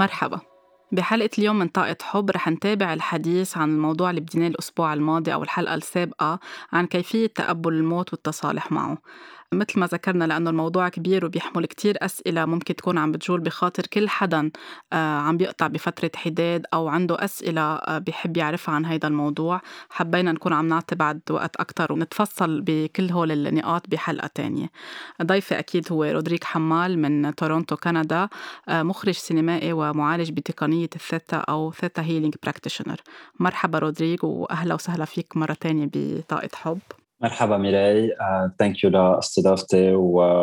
مرحبا. بحلقة اليوم من طاقة حب رح نتابع الحديث عن الموضوع اللي بديناه الأسبوع الماضي أو الحلقة السابقة عن كيفية تقبل الموت والتصالح معه. مثل ما ذكرنا لأنه الموضوع كبير وبيحمل كتير أسئلة ممكن تكون عم بتجول بخاطر كل حدا عم بيقطع بفترة حداد أو عنده أسئلة بيحب يعرفها عن هيدا الموضوع. حبينا نكون عم نعطي بعد وقت أكتر ونتفصل بكل هول النقاط بحلقة تانية. ضيفي أكيد هو رودريك حمال من تورونتو كندا، مخرج سينمائي ومعالج بتقنية الثيتا أو ثيتا هيلينج براكتيشنر. مرحبا رودريك وأهلا وسهلا فيك مرة تانية بطاقة حب. مرحبا ميراي، ثانك يو لاستضافتي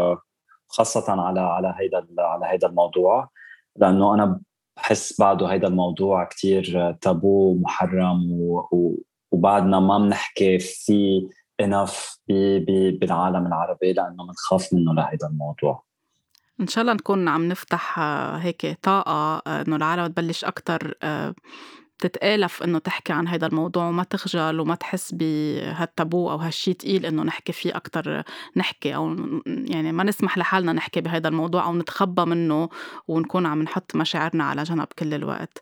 وخاصة على هيدا الموضوع، لأنه أنا بحس بعده هيدا الموضوع كتير تابو محرم وبعدنا ما بنحكي فيه enough بالعالم العربي لأنه بنخاف منه لهيدا الموضوع. إن شاء الله نكون عم نفتح هيك طاقة إنه العالم تبلش أكتر تتآلف إنه تحكي عن هيدا الموضوع وما تخجل وما تحس بهالتابو أو هالشي تقيل إنه نحكي فيه أكتر. نحكي أو يعني ما نسمح لحالنا نحكي بهيدا الموضوع أو نتخبى منه ونكون عم نحط مشاعرنا على جنب كل الوقت.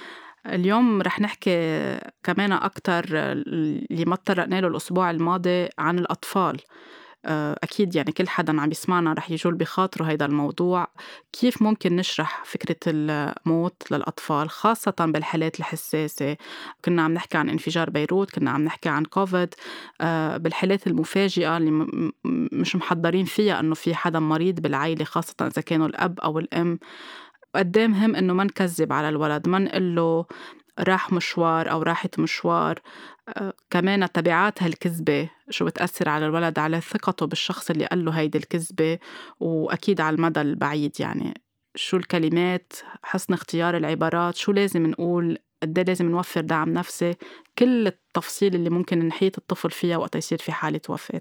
اليوم رح نحكي كمان أكتر اللي ما تطرقنا له الأسبوع الماضي عن الأطفال. أكيد يعني كل حدا عم يسمعنا رح يجول بخاطره هيدا الموضوع. كيف ممكن نشرح فكرة الموت للأطفال خاصة بالحالات الحساسة؟ كنا عم نحكي عن انفجار بيروت، كنا عم نحكي عن كوفيد، بالحالات المفاجئة اللي مش محضرين فيها أنه في حدا مريض بالعائلة خاصة إذا كانوا الأب أو الأم. قدام مهم إنه ما نكذب على الولد، ما نقله راح مشوار أو راحت مشوار. كمان تبعات هالكذبة شو بتأثر على الولد، على ثقته بالشخص اللي قال له هيدي الكذبة، وأكيد على المدى البعيد. يعني شو الكلمات، حسن اختيار العبارات، شو لازم نقول، قد إيه لازم نوفر دعم نفسي، كل التفصيل اللي ممكن نحيط الطفل فيها وقت يصير في حالة وفاة.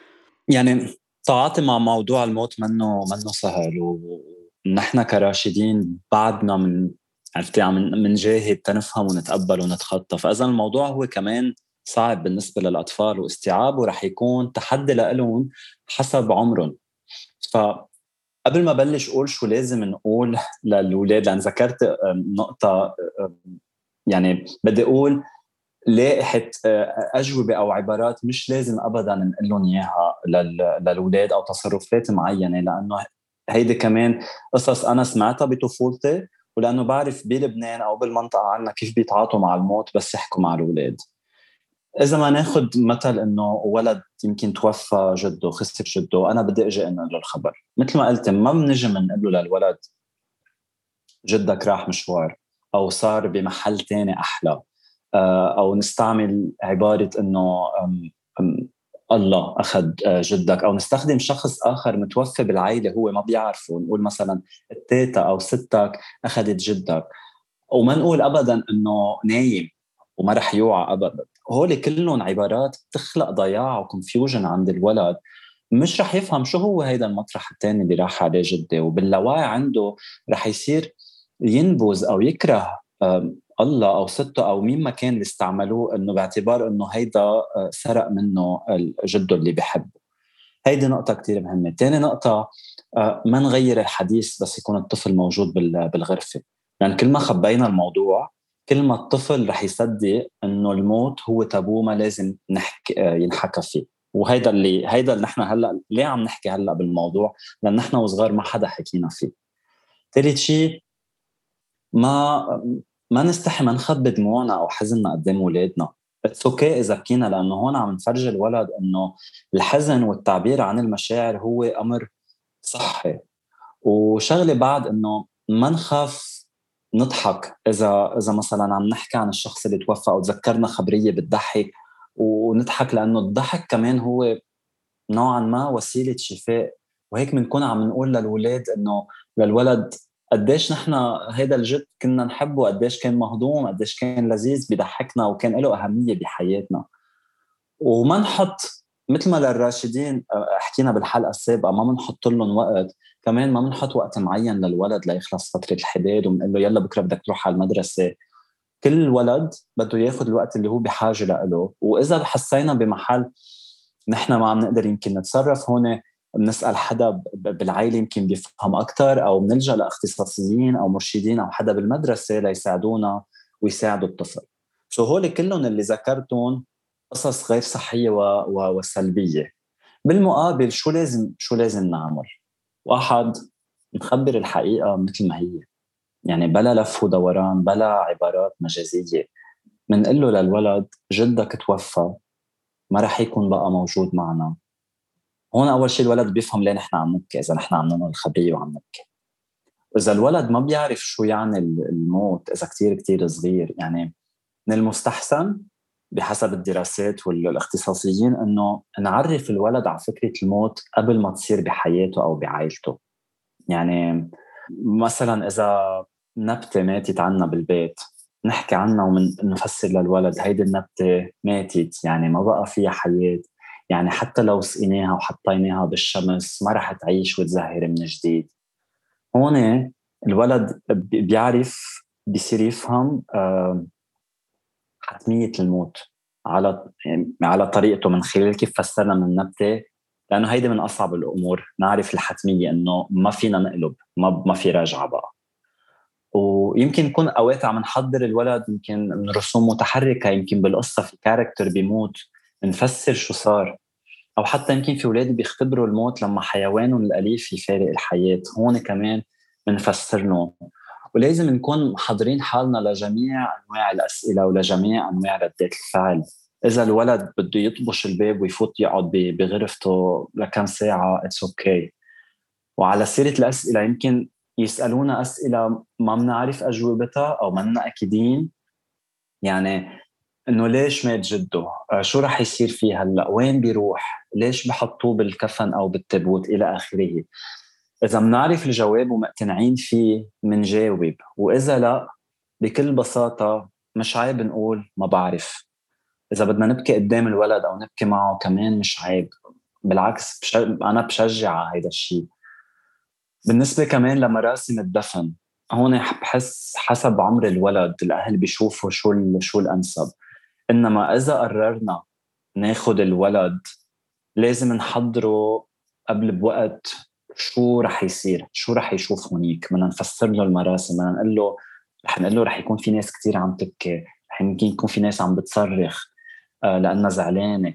يعني تعاطي مع موضوع الموت منه سهل، ونحن كراشدين بعدنا عرفتي عم منجاهد تنفهم ونتقبل ونتخطى. فإذا الموضوع هو كمان صعب بالنسبة للأطفال واستيعابه رح يكون تحدي لهم حسب عمرهم. فقبل ما بلش أقول شو لازم نقول للأولاد، لأن ذكرت نقطة، يعني بدي أقول لائحة أجوبة أو عبارات مش لازم أبداً نقول لهم إياها للأولاد أو تصرفات معينة، لأنه هيدي كمان قصص أنا سمعتها بطفولتي، ولأنه بعرف بلبنان أو بالمنطقة عنا كيف بيتعاطوا مع الموت بس يحكوا مع الأولاد. إذا ما ناخد مثل إنه ولد يمكن توفى جده، خسر جده، أنا بدي أجي أنقل له الخبر مثل ما قلت. ما بنجي بنقول له للولد جدك راح مشوار أو صار بمحل تاني أحلى، أو نستعمل عبارة إنه الله أخذ جدك، أو نستخدم شخص آخر متوفى بالعائلة هو ما بيعرفه، نقول مثلا التيتا أو ستك أخذت جدك، وما نقول أبدا إنه نايم وما رح يوعى أبدا. هول كلهم عبارات بتخلق ضياع وكونفيوجن عند الولد، مش رح يفهم شو هو هيدا المطرح التاني اللي راح عليه جدي، وباللاوعي عنده رح يصير ينبذ أو يكره الله أو سته أو مين ما كان اللي استعملوه، إنه باعتبار إنه هيدا سرق منه جده اللي بيحبه. هيدي نقطة كتير مهمة. تاني نقطة، ما نغير الحديث بس يكون الطفل موجود بالغرفة، لأن كل ما خبينا الموضوع كل ما الطفل رح يصدق إنه الموت هو تابو ما لازم نحكي ينحكى فيه. هيدا اللي نحن هلأ ليه عم نحكي هلأ بالموضوع، لأن نحن وصغار ما حدا حكينا فيه. ثالث شيء، ما ما نستحي ما نخبي دموعنا او حزننا قدام اولادنا. اتس اوكي اذا بكينا، لانه هون عم نفرج الولد انه الحزن والتعبير عن المشاعر هو امر صحي. وشغله بعد انه ما نخاف نضحك اذا مثلا عم نحكي عن الشخص اللي توفى او تذكرنا خبريه بتضحك، ونضحك لانه الضحك كمان هو نوعا ما وسيله شفاء. وهيك بنكون عم نقول للولاد انه للولد قديش نحن هيدا الجد كنا نحبه، قديش كان مهضوم، قديش كان لذيذ بيضحكنا وكان له أهمية بحياتنا. وما نحط مثل ما للراشدين حكينا بالحلقة السابقة، ما بنحط لهم وقت. كمان ما بنحط وقت معين للولد ليخلص فترة الحداد وبنقول له يلا بكرة بدك تروح على المدرسة. كل ولد بده ياخد الوقت اللي هو بحاجة له، وإذا حسينا بمحل نحن ما عم نقدر يمكن نتصرف هون، بنسأل حدا بالعائلة يمكن بيفهم أكتر، أو بنلجأ لاختصاصيين أو مرشدين أو حدا بالمدرسة ليساعدونا ويساعدوا الطفل. هول كلهم اللي ذكرتهم قصص غير صحية وسلبية. بالمقابل شو لازم نعمل؟ واحد، نخبر الحقيقة مثل ما هي، يعني بلا لف ودوران، بلا عبارات مجازية. منقول له للولد جدك توفى، ما رح يكون بقى موجود معنا. هون أول شيء الولد بيفهم ليه نحن عم نبكي، إذا نحن عم ننقل الخبرية وعم نبكي. وإذا الولد ما بيعرف شو يعني الموت، إذا كتير كتير صغير، يعني من المستحسن بحسب الدراسات والاختصاصيين إنه نعرف الولد على فكرة الموت قبل ما تصير بحياته أو بعائلته. يعني مثلا إذا نبتة ماتت عنا بالبيت، نحكي عنها ونفسر للولد هيدي النبتة ماتت، يعني ما بقى فيها حياة، يعني حتى لو سقيناها وحطيناها بالشمس ما رح تعيش وتزهر من جديد. هون الولد بيعرف، بيصير يفهم حتمية الموت على طريقته، من خلال كيف فسرنا من النبتة. لأنه هيدي من أصعب الأمور، نعرف الحتمية إنه ما فينا نقلب، ما في راجعة بقى. ويمكن نكون اوقات عم نحضر الولد يمكن من رسوم متحركه، يمكن بالقصه في كاركتر بيموت نفسر شو صار، او حتى يمكن في اولاد بيختبروا الموت لما حيوانهم الاليف يفارق الحياه، هون كمان بنفسر لهم. ولازم نكون محضرين حالنا لجميع انواع الاسئله ولجميع انواع ردات الفعل. اذا الولد بده يطبش الباب ويفوت يقعد بغرفته لكم ساعه، اتس اوكي. وعلى سيرة الأسئلة، يمكن يسألونا أسئلة ما بنعرف أجوبتها أو ما لنا أكيدين، يعني إنه ليش مات جده؟ شو رح يصير فيه هلأ؟ وين بيروح؟ ليش بحطوه بالكفن أو بالتابوت إلى آخره. إذا بنعرف الجواب ومقتنعين فيه منجاوب، وإذا لا، بكل بساطة مش عيب نقول ما بعرف. إذا بدنا نبكي قدام الولد أو نبكي معه كمان مش عيب، بالعكس أنا بشجع على هيدا الشيء. بالنسبة كمان لمراسم الدفن، هون بحس حسب عمر الولد الأهل بيشوفوا شو الأنسب. إنما إذا قررنا ناخد الولد، لازم نحضره قبل بوقت شو رح يصير، شو رح يشوف هونيك. بدنا نفسر له المراسم، بدنا نقول له رح يكون في ناس كتير عم تبكي، رح يمكن يكون في ناس عم بتصرخ لأنها زعلانة.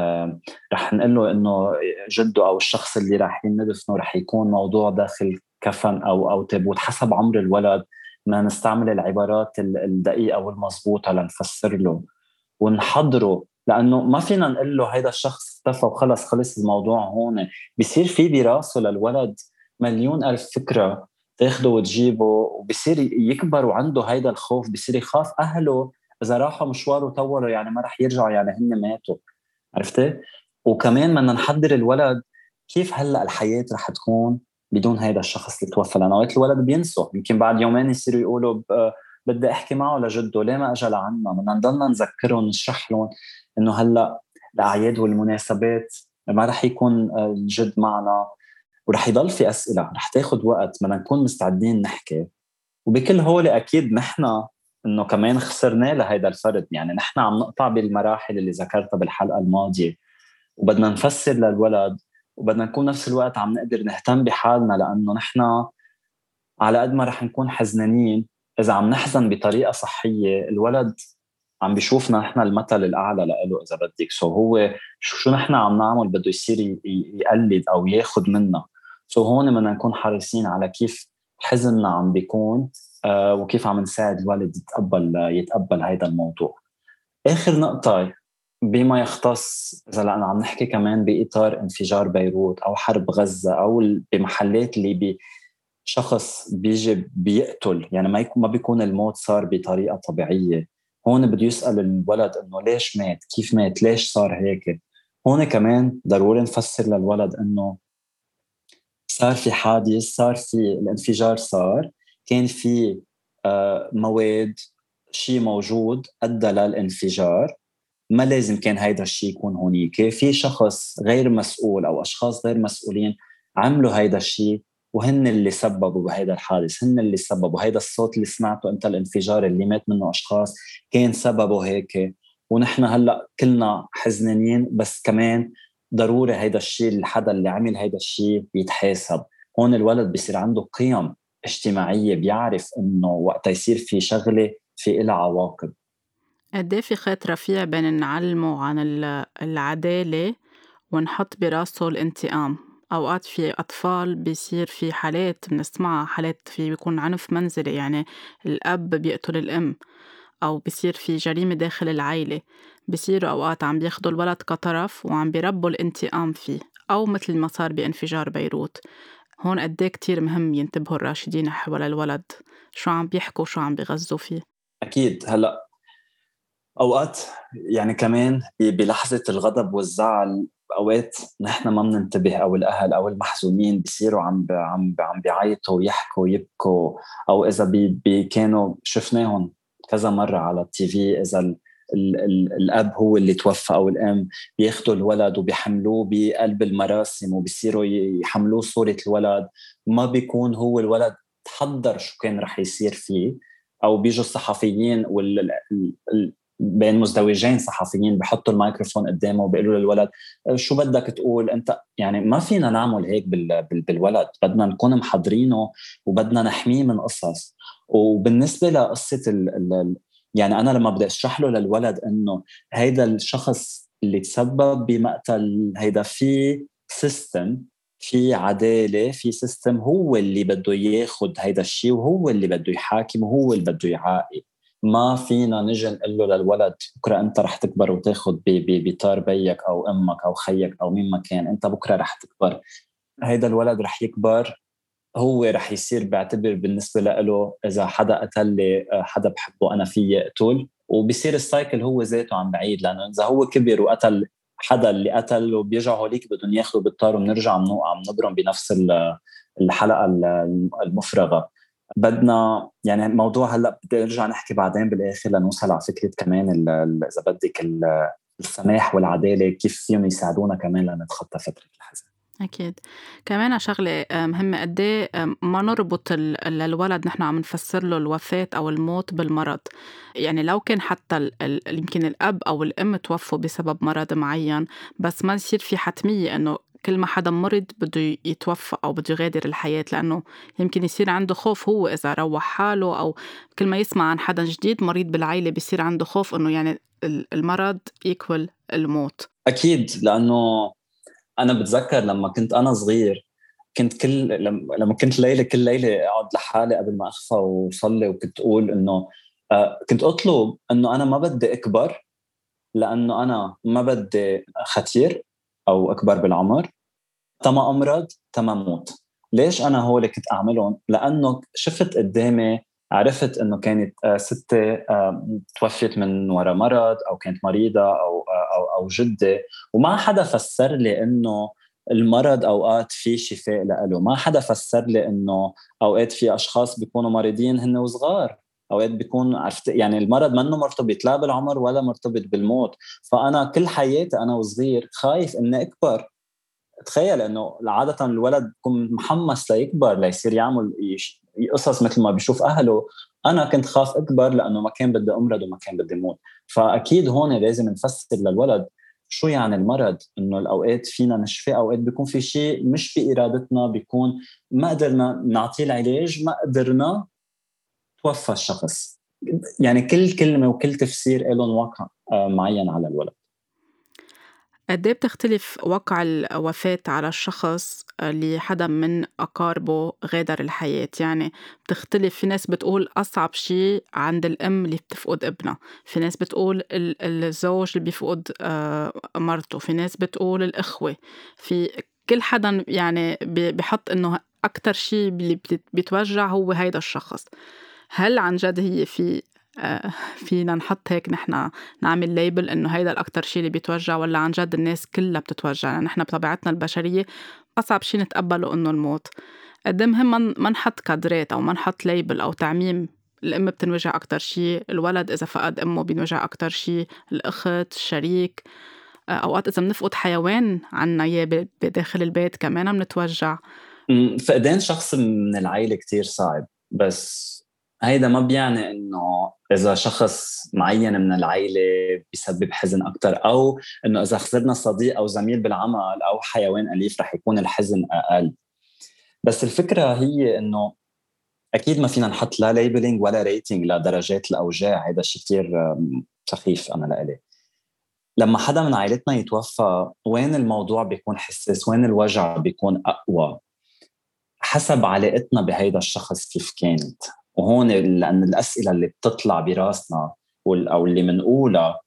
رح نقول له إنه جده أو الشخص اللي رايحين ندفنه رح يكون موضوع داخل كفن أو تابوت. حسب عمر الولد ما نستعمل العبارات الدقيقة والمضبوطة لنفسر له ونحضره، لأنه ما فينا نقول له هيدا الشخص اختفى وخلص خلص الموضوع هون. بيصير في براسه للولد مليون ألف فكرة تاخده وتجيبه، وبصير يكبر وعنده هيدا الخوف، بصير يخاف أهله إذا راحوا مشوار وطولوا يعني ما رح يرجعوا، يعني هن ماتوا. عرفتي؟ وكمان بدنا نحضر الولد كيف هلأ الحياة رح تكون بدون هيدا الشخص اللي توفى. لأنه وقت الولد بينسوا، يمكن بعد يومين يصيروا يقولوا بدي احكي معه لجده ليه ما اجى لعنا. بدنا نضلنا نذكرهم، نشرح لهم انه هلا الاعياد والمناسبات ما رح يكون الجد معنا، ورح يضل في اسئله رح تاخذ وقت، بدنا نكون مستعدين نحكي. وبكل هول اكيد نحن انه كمان خسرناه لهيدا الفرد، يعني نحن عم نقطع بالمراحل اللي ذكرتها بالحلقه الماضيه، وبدنا نفسر للولد، وبدنا نكون نفس الوقت عم نقدر نهتم بحالنا. لانه نحن على قد ما رح نكون حزنانين، إذا عم نحزن بطريقة صحية الولد عم بيشوفنا نحن المثل الأعلى لإله إذا بدك. هو شو نحن عم نعمل بده يصير يقلد أو ياخد منا. هون بدنا نكون حريصين على كيف حزننا عم بيكون، وكيف عم نساعد الوالد يتقبل هيدا الموضوع. آخر نقطة بما يختص، إذا لأنا عم نحكي كمان بإطار انفجار بيروت أو حرب غزة أو بمحلات اللي شخص بيجي بيقتل، يعني ما بيكون الموت صار بطريقة طبيعية. هون بده يسأل الولد إنه ليش مات، كيف مات، ليش صار هيك. هون كمان ضروري نفسر للولد إنه صار في حادث، صار في الانفجار، صار كان في مواد، شيء موجود أدى للانفجار، ما لازم كان هيدا الشيء يكون هونيك. في شخص غير مسؤول أو أشخاص غير مسؤولين عملوا هيدا الشيء، وهن اللي سببوا بهيدا الحادث، هن اللي سببوا هيدا الصوت اللي سمعته أنت، الانفجار اللي مات منه أشخاص كان سببه هيك. ونحن هلأ كلنا حزنانين، بس كمان ضروري هيدا الشيء الحدا اللي عمل هيدا الشيء يتحاسب. هون الولد بيصير عنده قيم اجتماعية، بيعرف إنه وقت يصير في شغلة في إلها عواقب. قد إيه في خيط رفيع بين نعلمه عن العدالة ونحط براسه الانتقام. أوقات في أطفال بيصير في حالات بنسمعها، حالات في بيكون عنف منزلي، يعني الأب بيقتل الأم، أو بيصير في جريمة داخل العيلة. بيصيروا أوقات عم بياخدوا الولد كطرف وعم بيربوا الانتقام فيه، أو مثل ما صار بانفجار بيروت. هون قد إيه كتير مهم ينتبهوا الراشدين حول الولد، شو عم بيحكوا شو عم بيغذوا فيه. أكيد. هلأ أوقات يعني كمان بلحظة الغضب والزعل، أوقات نحن ما بننتبه، أو الأهل أو المحزونين بيصيروا عم بيعيطوا ويحكوا ويبكوا. أو إذا كانوا شفناهم كذا مرة على التي في، إذا الأب هو اللي توفى أو الأم، بياخدوا الولد وبيحملوه بقلب المراسم وبيصيروا يحملوه صورة الولد، ما بيكون هو الولد تحضر شو كان رح يصير فيه. أو بيجوا الصحفيين بين مزدوجين صحفيين بحطوا الميكروفون قدامه وبيقولوا للولد شو بدك تقول انت. يعني ما فينا نعمل هيك بالولد، بدنا نكون محضرينه وبدنا نحميه من قصص. وبالنسبة لقصة يعني أنا لما بدي أشرح له للولد إنه هيدا الشخص اللي تسبب بمقتل هيدا، في سيستم، في عدالة، في سيستم هو اللي بده ياخد هيدا الشيء، وهو اللي بده يحاكم، وهو اللي بده يعاقب. ما فينا نجي نقول له للولد بكره انت رح تكبر وتاخذ بطار بيك او امك او خيك او مين ما كان، انت بكره رح تكبر. هيدا الولد رح يكبر، هو رح يصير بيعتبر بالنسبه له اذا حدا قتل لي حدا بحبه انا فيي اقتل، وبصير السايكل هو ذاته عم بعيد. لانه اذا هو كبر وقتل حدا اللي قتل، وبيرجعوا هوليك بدهم ياخذوا بالطار، وبنرجع عم نبرم بنفس الحلقه المفرغه. بدنا يعني موضوع هلا بدي ارجع نحكي بعدين بالاخر لنوصل على فكره كمان اذا بدك السماح والعداله كيف فيهم يساعدونا كمان لنتخطى فتره الحزن. أكيد. كمان شغلة مهمة، قد إيه ما نربط للولد نحن عم نفسر له الوفاة أو الموت بالمرض. يعني لو كان حتى يمكن الأب أو الأم توفوا بسبب مرض معين، بس ما يصير في حتمية إنه كل ما حدا مرض بده يتوفى أو بده يغادر الحياة، لأنه يمكن يصير عنده خوف هو إذا روح حاله، أو كل ما يسمع عن حدا جديد مريض بالعيلة بيصير عنده خوف إنه يعني المرض يكول الموت. اكيد. لانه انا بتذكر لما كنت انا صغير، كنت لما كنت ليله كل ليله اقعد لحالي قبل ما اخفى وصلي، وكنت اقول انه كنت اطلب انه انا ما بدي اكبر، لانه انا ما بدي ختير او اكبر بالعمر، تما امرض تما موت. ليش انا هول كنت اعملهم؟ لانه شفت قدامي، عرفت انه كانت ستي توفت من وراء مرض، او كانت مريضه، او جده، وما حدا فسر لي انه المرض اوقات في شفاء له. ما حدا فسر لي انه اوقات في اشخاص بيكونوا مريضين هن وصغار، اوقات بيكون عرفت يعني المرض منه مرتبط لا بالعمر ولا مرتبط بالموت. فانا كل حياتي انا وصغير خايف اني اكبر. تخيل انه عاده الولد بيكون محمس ليكبر ليصير يعمل قصص مثل ما بيشوف اهله. انا كنت خاف اكبر لانه ما كان بدي امرض وما كان بدي موت. فاكيد هون لازم نفسر للولد شو يعني المرض، انه الاوقات فينا نشفي، اوقات بيكون في شيء مش بارادتنا، بيكون ما قدرنا نعطيه العلاج، ما قدرنا توفى الشخص. يعني كل كلمه وكل تفسير لهم واقع معين على الولد. قد إيه بتختلف وقع الوفاة على الشخص اللي حدا من أقاربه غادر الحياة؟ يعني بتختلف. في ناس بتقول أصعب شي عند الأم اللي بتفقد ابنها، في ناس بتقول الزوج اللي بيفقد مرته، في ناس بتقول الإخوة، في كل حدا يعني بيحط إنه أكتر شي اللي بيتوجع هو هيدا الشخص. هل عن جد هي فينا نحط هيك نحن نعمل ليبل إنه هيدا الأكتر شي اللي بيتوجع، ولا عن جد الناس كلها بتتوجع؟ يعني نحن بطبيعتنا البشرية أصعب شي نتقبله إنه الموت. قد إيه مهم ما نحط كادرات أو ما نحط ليبل أو تعميم. الأم بتنوجع أكتر شي، الولد إذا فقد أمه بينوجع أكتر شي، الأخت، الشريك. أوقات إذا بنفقد حيوان عنا إياه بداخل البيت كمان بنتوجع. فقدان شخص من العائلة كتير صعب، بس هيدا ما بيعني انه اذا شخص معين من العيله بيسبب حزن اكثر، او انه اذا خسرنا صديق او زميل بالعمل او حيوان اليف رح يكون الحزن اقل. بس الفكره هي انه اكيد ما فينا نحط لا ليبلينج ولا ريتنج لدرجات الاوجاع. هذا شيء كثير سخيف انا لإلي. لما حدا من عائلتنا يتوفى، وين الموضوع بيكون حساس، وين الوجع بيكون اقوى؟ حسب علاقتنا بهيدا الشخص كيف كانت. وهون لأن الأسئلة اللي بتطلع براسنا أو اللي منقولها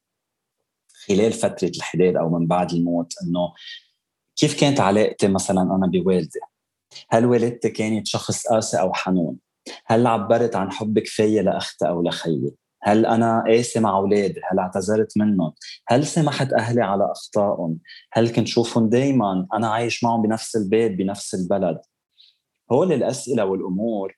خلال فترة الحداد أو من بعد الموت، إنه كيف كانت علاقتي مثلا أنا بوالدي؟ هل والدتي كانت شخص قاسي أو حنون؟ هل عبرت عن حب كفاية لأختي أو لخيي؟ هل أنا قاسي مع أولادي؟ هل اعتذرت منهم؟ هل سمحت أهلي على أخطائهم؟ هل كنت شوفهم دايما أنا عايش معهم بنفس البيت بنفس البلد؟ هول الأسئلة والأمور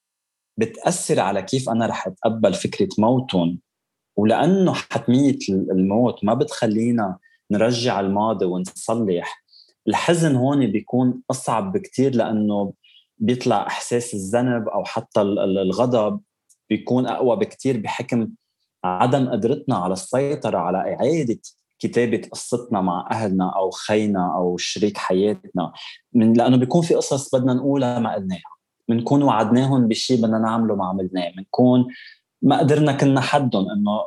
بتأثر على كيف أنا رح أتقبل فكرة موتهم. ولأنه حتمية الموت ما بتخلينا نرجع الماضي ونصلح، الحزن هون بيكون أصعب بكتير، لأنه بيطلع إحساس الذنب أو حتى الغضب بيكون أقوى بكتير، بحكم عدم قدرتنا على السيطرة على إعادة كتابة قصتنا مع أهلنا أو خينا أو شريك حياتنا. لأنه بيكون في قصص بدنا نقولها ما قلناها، بنكون وعدناهم بشيء بدنا نعمله ما عملناه، بنكون ما قدرنا كنا حدهم انه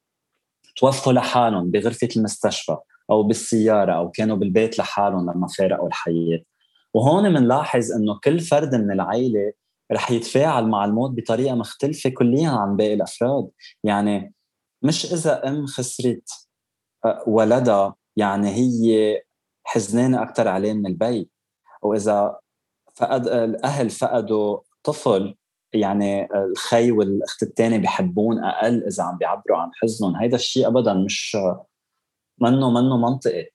توفوا لحالهم بغرفة المستشفى او بالسيارة او كانوا بالبيت لحالهم لما فارقوا الحياة. وهون منلاحظ انه كل فرد من العيلة رح يتفاعل مع الموت بطريقة مختلفة كليا عن باقي الافراد. يعني مش اذا ام خسرت ولدها يعني هي حزنانة اكثر عليه من البي، واذا الاهل فقدوا طفل يعني الخي والاخت الثانيه بيحبون اقل اذا عم بيعبروا عن حزنهم. هيدا الشيء ابدا مش منه منطقي.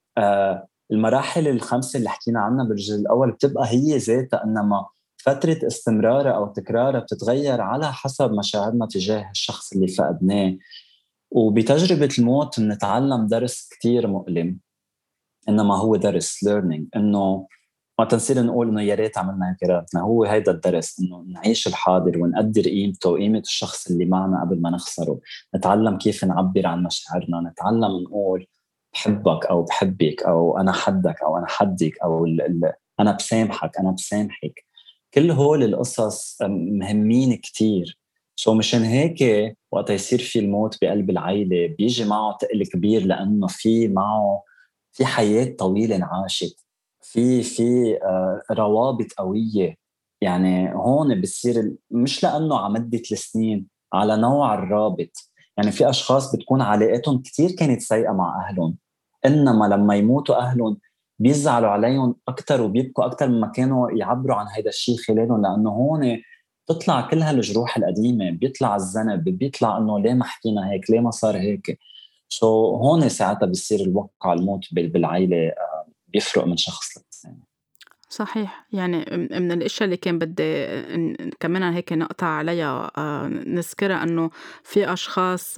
المراحل الخمسه اللي حكينا عنها بالجزء الاول بتبقى هي ذاتها، انما فتره استمرارها او تكرارها بتتغير على حسب مشاعرنا تجاه الشخص اللي فقدناه. وبتجربه الموت بنتعلم درس كتير مؤلم، انما هو درس learning، انه ما تنصير نقول انه يا ريت عملنا هيك راتنا. هو هيدا الدرس، انه نعيش الحاضر ونقدر قيمته وقيمه الشخص اللي معنا قبل ما نخسره. نتعلم كيف نعبر عن مشاعرنا، نتعلم نقول بحبك او بحبك او انا حدك او انا حدك او انا بسامحك انا بسامحك. كل هول القصص مهمين كتير. مشان هيك وقت يصير في الموت بقلب العيلة بيجي معه تقل كبير، لأنه في معه في حياة طويلة انعاشت، في روابط قوية. يعني هون بتصير مش لأنه على مدة السنين، على نوع الرابط. يعني في أشخاص بتكون علاقتهم كتير كانت سيئة مع أهلهم، إنما لما يموتوا أهلهم بيزعلوا عليهم أكتر وبيبكوا أكتر مما كانوا يعبروا عن هذا الشيء خلالهم، لأنه هون بتطلع كل هالجروح القديمة، بيطلع الذنب، بيطلع إنه ليه ما حكينا هيك، ليه ما صار هيك. هون ساعتها بيصير الوقع الموت بالعائلة بيفرق من شخص للثاني. صحيح، يعني من الأشياء اللي كان بدي كمان هيك نقطع عليها نذكرها إنه في أشخاص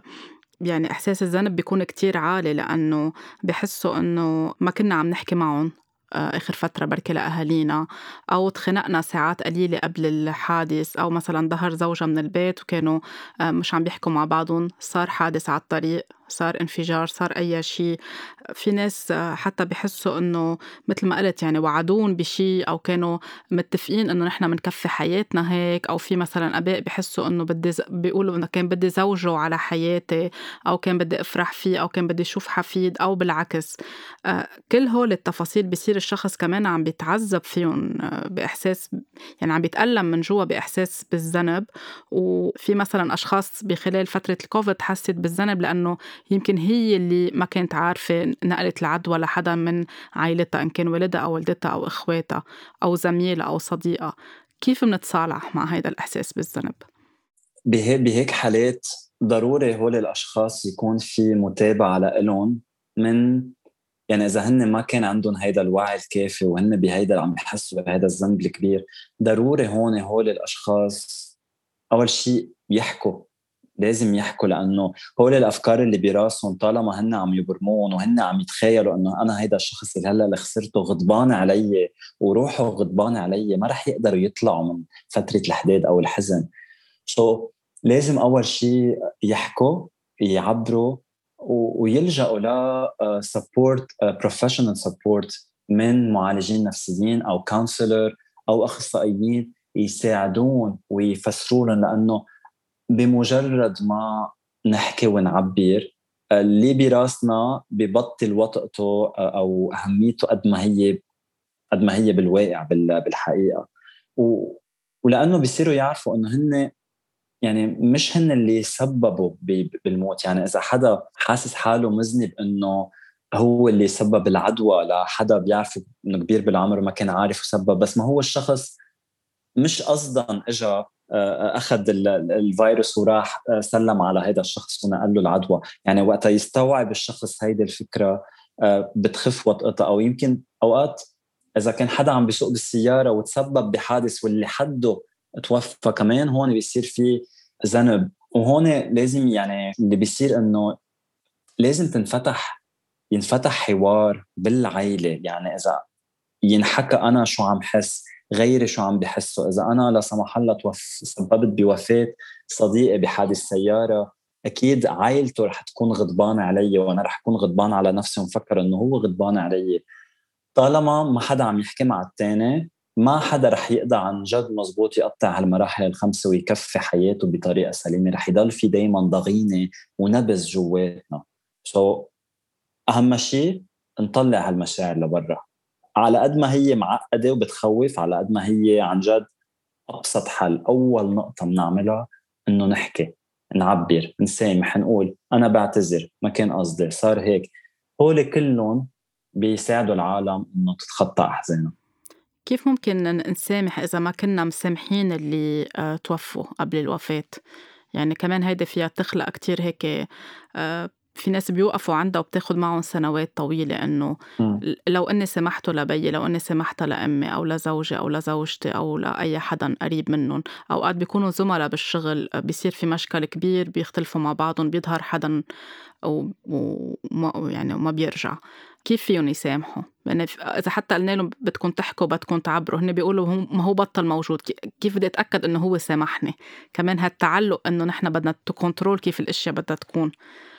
يعني إحساس الذنب بيكون كتير عالي، لأنه بحسوا إنه ما كنا عم نحكي معهم آخر فترة بركي لأهالينا، أو اتخنقنا ساعات قليلة قبل الحادث، أو مثلا ظهر زوجة من البيت وكانوا مش عم بيحكوا مع بعضهم، صار حادث على الطريق، صار انفجار، صار أي شيء. في ناس حتى بحسوا إنه مثل ما قلت يعني وعدون بشي، أو كانوا متفقين إنه نحن منكفي حياتنا هيك، أو في مثلا آباء بحسوا إنه بيقولوا إنه كان بدي زوجه على حياتي، أو كان بدي أفرح فيه، أو كان بدي أشوف حفيد، أو بالعكس. كل هول التفاصيل بيصير الشخص كمان عم بيتعذب فيهم بإحساس، يعني عم بيتألم من جوا بإحساس بالذنب. وفي مثلا أشخاص بخلال فترة الكوفيد حست بالذنب لأنه يمكن هي اللي ما كانت عارفة نقلت العدوى لحدا من عائلتها، إن كان والدها أو والدتها أو إخواتها أو زميلة أو صديقة. كيف منتصالح مع هيدا الإحساس بالذنب؟ بهيك حالات ضروري هول الأشخاص يكون في متابعة لإلهم. من يعني إذا هن ما كان عندهم هيدا الوعي الكافي وهن بهيدا عم بيحسوا بهيدا الذنب الكبير، ضروري هون هول الأشخاص أول شيء يحكوا. لازم يحكوا، لأنه هول الأفكار اللي براسهم طالما هن عم يبرمون وهن عم يتخيلوا أنه أنا هيدا الشخص اللي هلأ اللي خسرته غضبان علي وروحه غضبان علي، ما رح يقدروا يطلعوا من فترة الحداد أو الحزن. لازم أول شيء يحكوا، يعبروا، ويلجأوا ل support professional support من معالجين نفسيين أو counselor أو أخصائيين يساعدون ويفسروا لهم. لأنه بمجرد ما نحكي ونعبر، اللي براسنا ببطل وطئته أو أهميته قد ما هي بالواقع بالحقيقة. ولأنه بيصيروا يعرفوا إنه هن يعني مش هن اللي سببوا بالموت. يعني إذا حدا حاسس حاله مذنب إنه هو اللي سبب العدوى لحدا بيعرف إنه كبير بالعمر وما كان عارف وسبب، بس ما هو الشخص مش قصداً إجا أخذ الفيروس وراح سلم على هذا الشخص ونقل له العدوى. يعني وقتها يستوعب الشخص هيدي الفكرة بتخف وطئتها. أو يمكن أوقات إذا كان حدا عم بيسوق بالسيارة وتسبب بحادث واللي حده توفى كمان، هون بيصير في ذنب. وهون لازم يعني اللي بيصير إنه لازم ينفتح حوار بالعائلة. يعني إذا ينحكى أنا شو عم حس، غيري شو عم بحسه. إذا أنا لا سمح الله سببت بوفاة صديقي بحادث سيارة، أكيد عائلته رح تكون غضبانة علي وأنا رح أكون غضبان على نفسي ومفكر إنه هو غضبان علي. طالما ما حدا عم يحكي مع التاني، ما حدا رح يقدر عن جد مزبوط يقطع هالمراحل الخمسة ويكفي حياته بطريقة سليمة. رح يضل في دايما ضغينة ونبز جواتنا. أهم شيء نطلع هالمشاعر لبرا. على قد ما هي معقدة وبتخوف، على قد ما هي عن جد أبسط حل. أول نقطة بنعملها إنه نحكي، نعبر، نسامح، نقول أنا بعتذر، ما كان قصدي، صار هيك. هول كلهم بيساعدوا العالم إنه تتخطى أحزانها. كيف ممكن نسامح إذا ما كنا مسامحين اللي توفوا قبل الوفاة؟ يعني كمان هيدي فيها تخلق كتير هيك في ناس بيوقفوا عندها وبتاخد معهم سنوات طويلة، إنه لو إني سمحته لبيي، لو إني سمحتها لأمي أو لزوجي أو لزوجتي أو لأي حدا قريب منهم. أوقات بيكونوا زملاء بالشغل، بيصير في مشكل كبير، بيختلفوا مع بعضهم، بيظهر حدا يعني وما بيرجع. كيف فيهم يسامحوا؟ يعني إذا حتى قلنا لهم بدكم تحكوا، بدكم تعبروا، هن بيقولوا ما هو بطل موجود. كيف بدي أتأكد إنه هو سامحني؟ كمان هالتعلق إنه نحن بدنا تكنترول كيف الأشياء بدها تكون.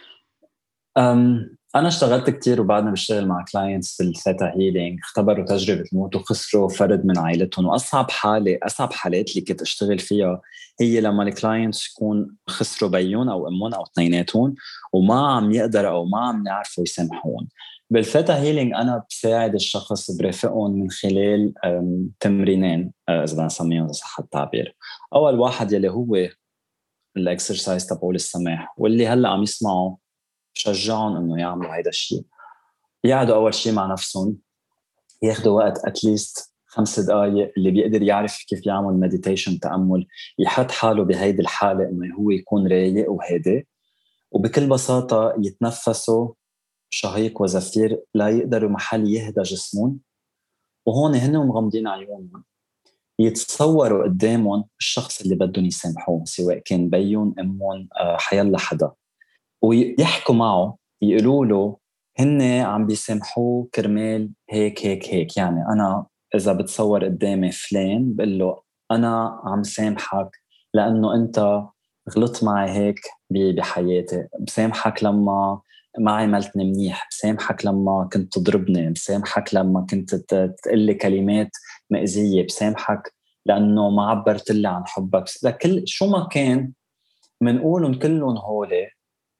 أنا اشتغلت كتير وبعدنا بشتغل مع كلاينتس بالثيتا هيلينج اختبروا تجربة الموت وخسروا فرد من عائلتهم. وأصعب حالات اللي كنت أشتغل فيها هي لما الكلاينتس يكون خسروا بيون أو أمون أو اثنيناتهم وما عم يقدروا أو ما عم يعرفوا يسامحون. بالثيتا هيلينج أنا بساعد الشخص، برافقهم من خلال تمرينين، إذا بدنا نسميهم إذا صح التعبير. أول واحد يلي هو الاكسرسايز تبعول السماح، واللي هلا عم يسمعوا شجعهم انه يعملوا هيدا الشيء. يقعدوا اول شيء مع نفسهم، ياخذوا وقت اتليست 5 دقائق. اللي بيقدر يعرف كيف يعمل مديتيشن، تامل، يحط حاله بهيدي الحاله انه هو يكون رايق وهادئ، وبكل بساطه يتنفسوا شهيق وزفير لا يقدروا محل يهدى جسمهم. وهون هن مغمضين عيونهم يتصوروا قدامهم الشخص اللي بدهم يسامحوه، سواء كان بيهم، امهم، حيلا حدا، ويحكوا معه، يقولوا له هن عم بيسامحوه كرمال هيك هيك هيك. يعني أنا إذا بتصور قدامي فلان بقول له أنا عم سامحك لأنه أنت غلطت معي هيك بحياتي، بسامحك لما ما عملتني منيح، بسامحك لما كنت تضربني، بسامحك لما كنت تقلي كلمات مأزية، بسامحك لأنه ما عبرت لي عن حبك. لكل شو ما كان منقولهم كلهم هولي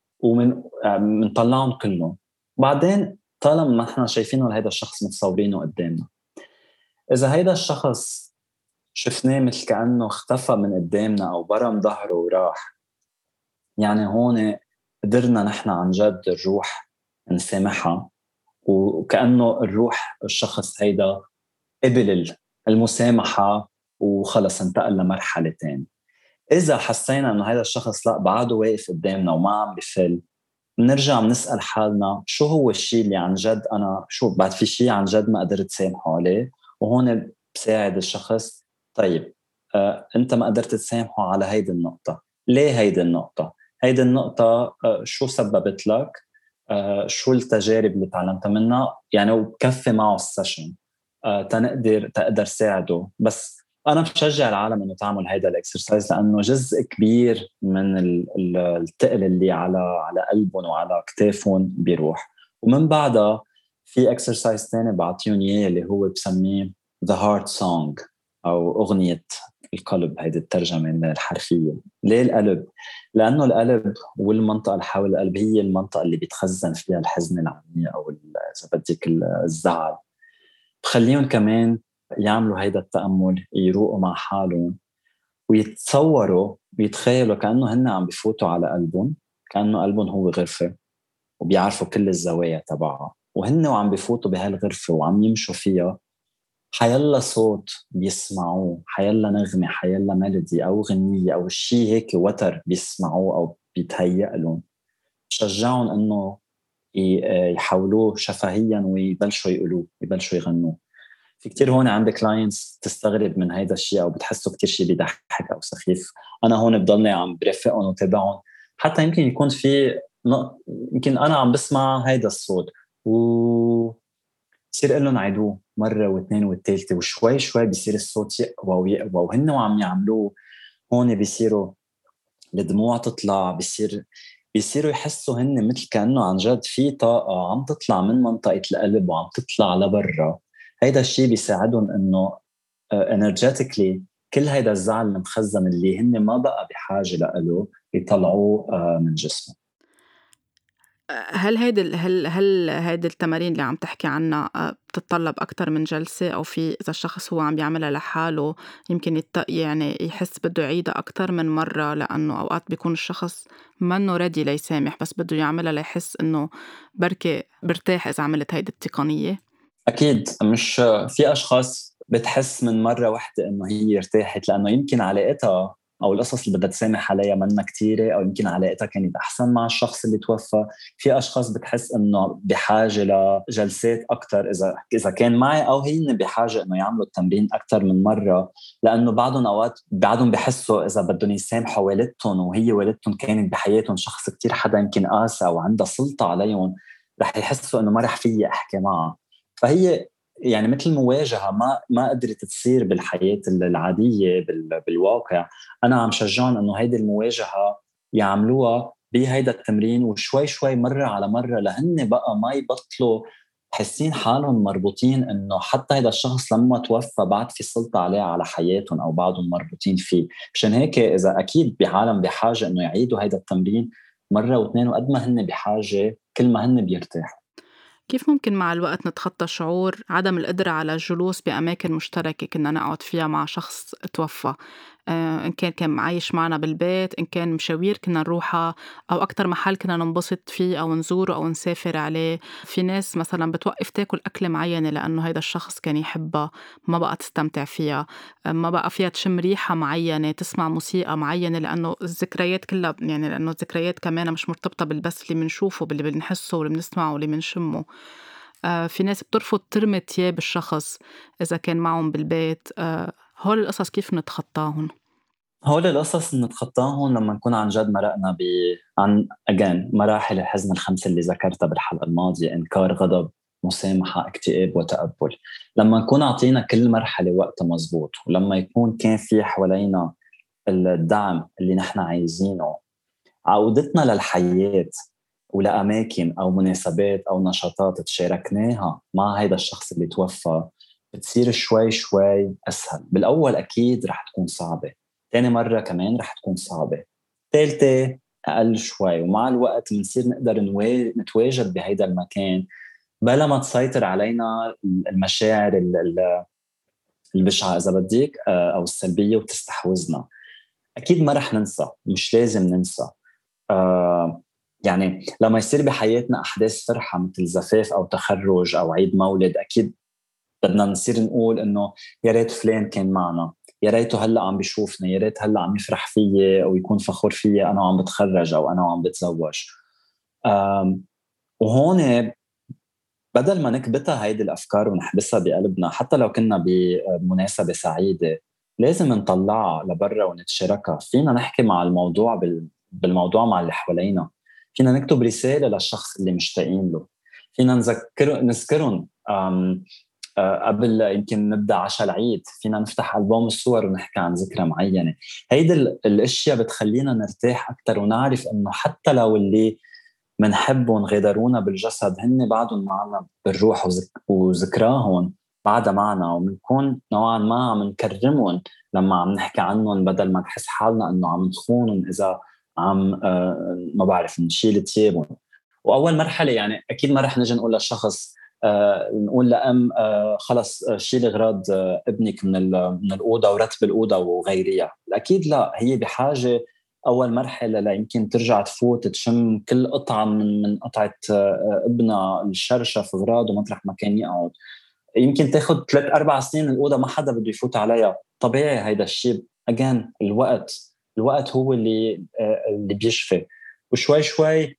منطلعهم كلهم. بعدين طالما نحن شايفينه لهيدا الشخص متصورينه قدامنا، إذا هيدا الشخص شفناه مثل كأنه اختفى من قدامنا أو برم ظهره وراح، يعني هون قدرنا نحن عن جد الروح نسامحها، وكأنه الروح الشخص هيدا قبل المسامحة وخلص انتقل لمرحلة تانية. إذا حسينا إنه هيدا الشخص لا بعده واقف قدامنا وما عم بفل، بنرجع بنسأل حالنا شو هو الشيء اللي عن جد أنا شو بعد في شيء عن جد ما قدرت سامحه عليه. وهون بساعد الشخص طيب أنت ما قدرت تسامحه على هيدي النقطة، ليه هيدي النقطة؟ هيدي النقطة شو سببت لك؟ شو التجارب اللي تعلمتها منها؟ يعني وبكفي معه السيشن تقدر ساعده. بس أنا بشجع العالم إنه تعمل هيدا الإكسرسايز، لأنه جزء كبير من الثقل اللي على قلبهم وعلى كتافهم بيروح. ومن بعدها في إكسرسايز تاني بعطيهم إياه اللي هو بسميه The Heart Song أو أغنية القلب. هيدي الترجمة الحرفية. ليه القلب؟ لأنه القلب والمنطقة اللي حول القلب هي المنطقة اللي بيتخزن فيها الحزن العميق أو إذا بدك الزعل. بخليهم كمان يعملوا هيدا التأمل، يروقوا مع حالهم ويتصوروا ويتخيلوا كأنه هن عم بفوتوا على قلبهم، كأنه قلبهم هو غرفة وبيعرفوا كل الزوايا تبعها، وهن وعم بفوتوا بهالغرفة وعم يمشوا فيها حيلا صوت بيسمعوه، حيلا نغمة، حيلا ميلودي أو غنية أو شيء هيك وتر بيسمعوه أو بيتهيأ لهم، شجعهم إنه يحولوه شفهيا ويبلشوا يقولوه، يبلشوا يغنوه. في كتير هون عندك كلاينتس تستغرب من هيدا الشيء او بتحسوا كتير شيء بيضحك او سخيف. انا هون بضلني عم برافقهم وتابعهم، حتى يمكن يكون في يمكن انا عم بسمع هيدا الصوت و بصير اقول لهم عيدوه مره واثنين والثالثه، وشوي شوي بيصير الصوت يقوى ويقوى، وهن وعم يعملوه هون بيصيروا الدموع تطلع، بيصيروا يحسوا هن مثل كأنه عن جد في طاقة عم تطلع من منطقة القلب وعم تطلع لبرا. هيدا الشيء بيساعدهم انه energetically كل هيدا الزعل المخزن اللي هن ما بقى بحاجة له يطلعوه من جسمه. هل هيدي التمارين اللي عم تحكي عنها بتتطلب أكتر من جلسة، أو في إذا الشخص هو عم بيعملها لحاله يمكن يعني يحس بده يعيدها أكتر من مرة، لأنه أوقات بيكون الشخص منه ريدي ليسامح بس بده يعملها ليحس إنه بركي برتاح إذا عملت هيدي التقنية؟ أكيد مش في أشخاص بتحس من مرة واحدة إنه هي ارتاحت لأنه يمكن علاقتها أو القصص اللي بدها تسامح عليها منا كتيرة، أو يمكن علاقتها كانت أحسن مع الشخص اللي توفى. في أشخاص بتحس إنه بحاجة لجلسات أكتر إذا كان معي، أو هن بحاجة إنه يعملوا التمرين أكتر من مرة، لأنه بعضهم أوقات بعضهم بحسوا إذا بدهم يسامحوا والدتهم وهي والدتهم كانت بحياتهم شخص كتير حدا يمكن قاسى أو عنده سلطة عليهم، رح يحسوا إنه ما رح فيي أحكي معها. فهي يعني مثل مواجهة ما قدرت تصير بالحياة العادية بالواقع. أنا عم شجعهم إنه هيدي المواجهة يعملوها بهيدا التمرين، وشوي شوي مرة على مرة لهن بقى ما يبطلوا حاسين حالهم مربوطين إنه حتى هيدا الشخص لما توفى بعد في سلطة عليه على حياتهم أو بعضهم مربوطين فيه. مشان هيك إذا أكيد بعالم بحاجة إنه يعيدوا هيدا التمرين مرة واثنين، وقد ما هن بحاجة كل ما هن بيرتاحوا. كيف ممكن مع الوقت نتخطى شعور عدم القدرة على الجلوس بأماكن مشتركة كنا نقعد فيها مع شخص توفى؟ إن كان عايش معنا بالبيت، إن كان مشاوير كنا نروحها، أو أكتر محل كنا ننبسط فيه أو نزوره أو نسافر عليه. في ناس مثلا بتوقف تاكل أكلة معينة لأنه هيدا الشخص كان يحبها، ما بقى تستمتع فيها. ما بقى فيها تشم ريحة معينة، تسمع موسيقى معينة، لأنه الذكريات كلها، يعني لأنه الذكريات كمان مش مرتبطة بالبس اللي بنشوفه، باللي بنحسه واللي بنسمعه واللي بنشمه. في ناس بترفض ترمي تياب الشخص إذا كان معهم بالبيت. هول القصص كيف نتخطاهن؟ هول القصص نتخطاهم لما نكون عن جد مرقنا عن مراحل الحزن الخمسة اللي ذكرتها بالحلقة الماضية: إنكار، غضب، مسامحة، اكتئاب، وتقبل. لما نكون عطينا كل مرحلة وقتها مزبوط، ولما يكون كان في حوالينا الدعم اللي نحن عايزينه، عودتنا للحياة ولأماكن أو مناسبات أو نشاطات تشاركناها مع هيدا الشخص اللي توفى، بتصير شوي شوي أسهل. بالأول أكيد رح تكون صعبة، تاني مرة كمان رح تكون صعبة، ثالثة أقل شوي، ومع الوقت بنصير نقدر نتواجد بهيدا المكان بلا ما تسيطر علينا المشاعر البشعة إذا بدك أو السلبية وتستحوذنا. أكيد ما رح ننسى، مش لازم ننسى. يعني لما يصير بحياتنا أحداث فرحة مثل زفاف أو تخرج أو عيد مولد، أكيد بدنا نصير نقول إنه يا ريت فلان كان معنا، يا ريته هلأ عم بيشوفنا، يا ريت هلأ عم يفرح فيي أو يكون فخور فيي أنا وعم بتخرج أو أنا وعم بتزوج. وهون بدل ما نكبتها هيدي الأفكار ونحبسها بقلبنا حتى لو كنا بمناسبة سعيدة، لازم نطلعها لبرا ونتشاركها. فينا نحكي مع الموضوع بالموضوع مع اللي حوالينا، فينا نكتب رسالة للشخص اللي مشتاقين له، فينا نذكرهم قبل يمكن نبدأ عشاء العيد فينا نفتح ألبوم الصور ونحكي عن ذكرى معينة. هيدي الأشياء بتخلينا نرتاح أكتر ونعرف إنه حتى لو اللي منحبهم غادرونا بالجسد هن بعدهم معنا بالروح وذكراهم بعدها معنا، وبنكون نوعا ما عم نكرمهم لما عم نحكي عنهم بدل ما نحس حالنا إنه عم نخونهم إذا عم ما بعرف نشيل ثيابهم. وأول مرحلة يعني أكيد ما رح نجي نقول للشخص نقول لأم خلص شيل أغراض ابنك من الأوضة ورتب الأوضة وغيريها. أكيد لا، هي بحاجة أول مرحلة يمكن ترجع تفوت تشم كل قطعة من قطعة ابنها، الشرشف أغراضه مطرح ما كان يقعد. يمكن تاخد 3-4 سنين الأوضة ما حدا بده يفوت عليها، طبيعي هيدا الشيء. أجان الوقت هو اللي بيشفي. وشوي شوي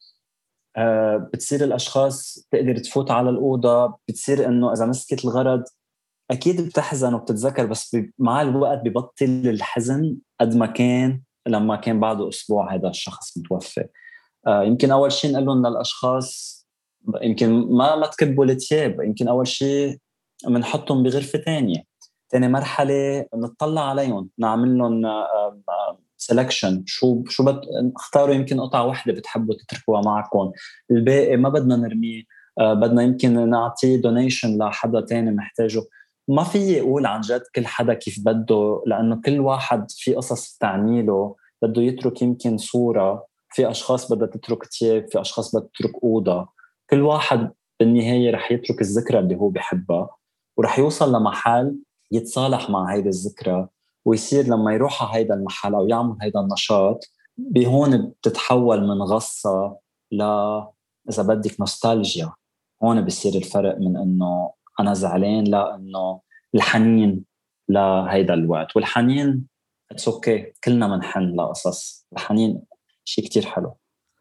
بتصير الأشخاص تقدر تفوت على الأوضة، بتصير إنه إذا مسكت الغرض أكيد بتحزن وبتتذكر، بس مع الوقت ببطل الحزن قد ما كان لما كان بعده أسبوع هذا الشخص متوفى. يمكن أول شيء نقول لهم للأشخاص يمكن ما تكبوا الثياب، يمكن أول شيء بنحطهم بغرفة تانية. تاني مرحلة نطلع عليهم، نعمل لهم سelection، شو اختاروا يمكن قطعة واحدة بتحبوا تتركوها معكم، الباقي ما بدنا نرميه، بدنا يمكن نعطيه دونيشن لحدا تاني محتاجه. ما في اقول عن جد كل حدا كيف بده، لانه كل واحد في قصص تعني له، بده يترك يمكن صورة، في اشخاص بدها تترك ثياب، في اشخاص بدها تترك اوضه. كل واحد بالنهايه رح يترك الذكرى اللي هو بحبها، ورح يوصل لمحل يتصالح مع هيدي الذكرى، ويصير لما يروح على هيدا المحل او يعمل هيدا النشاط بهون بتتحول من غصه ل اذا بدك نوستالجيا. هون بيصير الفرق من انه انا زعلان لانه الحنين لهيدا الوقت. والحنين اتس اوكي، كلنا منحن لقصص الحنين، شيء كتير حلو.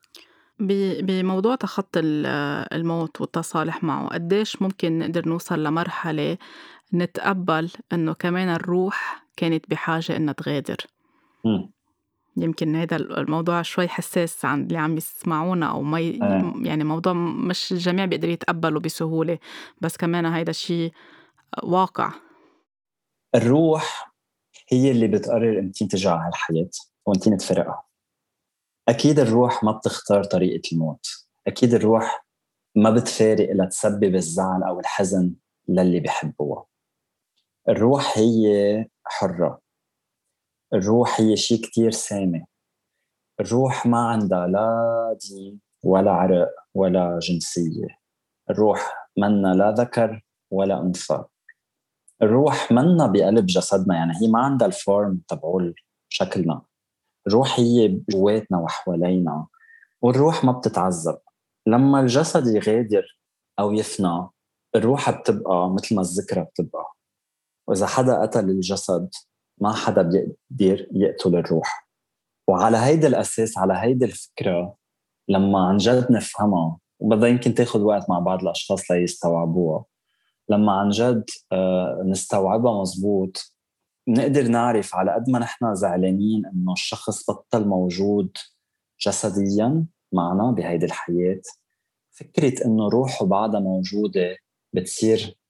بموضوع تخطي الموت والتصالح معه، قديش ممكن نقدر نوصل لمرحلة نتقبل إنه كمان الروح كانت بحاجة إنها تغادر؟ مم. يمكن هذا الموضوع شوي حساس عن اللي عم يسمعونا، أو ما يعني موضوع مش الجميع بيقدر يتقبله بسهولة، بس كمان هيدا الشيء واقع. الروح هي اللي بتقرر امتى تجي على الحياة وامتى تفرقها. أكيد الروح ما بتختار طريقة الموت، أكيد الروح ما بتفارق إلا تسبب الزعل أو الحزن للي بيحبوها. الروح هي حرة، الروح هي شيء كتير سامي. الروح ما عندها لا دين ولا عرق ولا جنسية. الروح منا لا ذكر ولا أنثى. الروح منا بقلب جسدنا، يعني هي ما عندها الفورم تبعول شكلنا. الروح هي جواتنا وحوالينا، والروح ما بتتعذب. لما الجسد يغادر أو يفنى الروح بتبقى مثل ما الذكرى بتبقى. وإذا حدا قتل الجسد ما حدا بيقدر يقتل الروح. وعلى هيدا الأساس، على هيدا الفكرة، لما عن جد نفهمها، وبدها يمكن تاخد وقت مع بعض الأشخاص ليستوعبوها، لما عن جد نستوعبها مزبوط، نقدر نعرف على قد ما نحن زعلانين إنه الشخص بطل موجود جسدياً معنا بهيدي الحياة، فكرة إنه روحه بعدها موجودة بتصير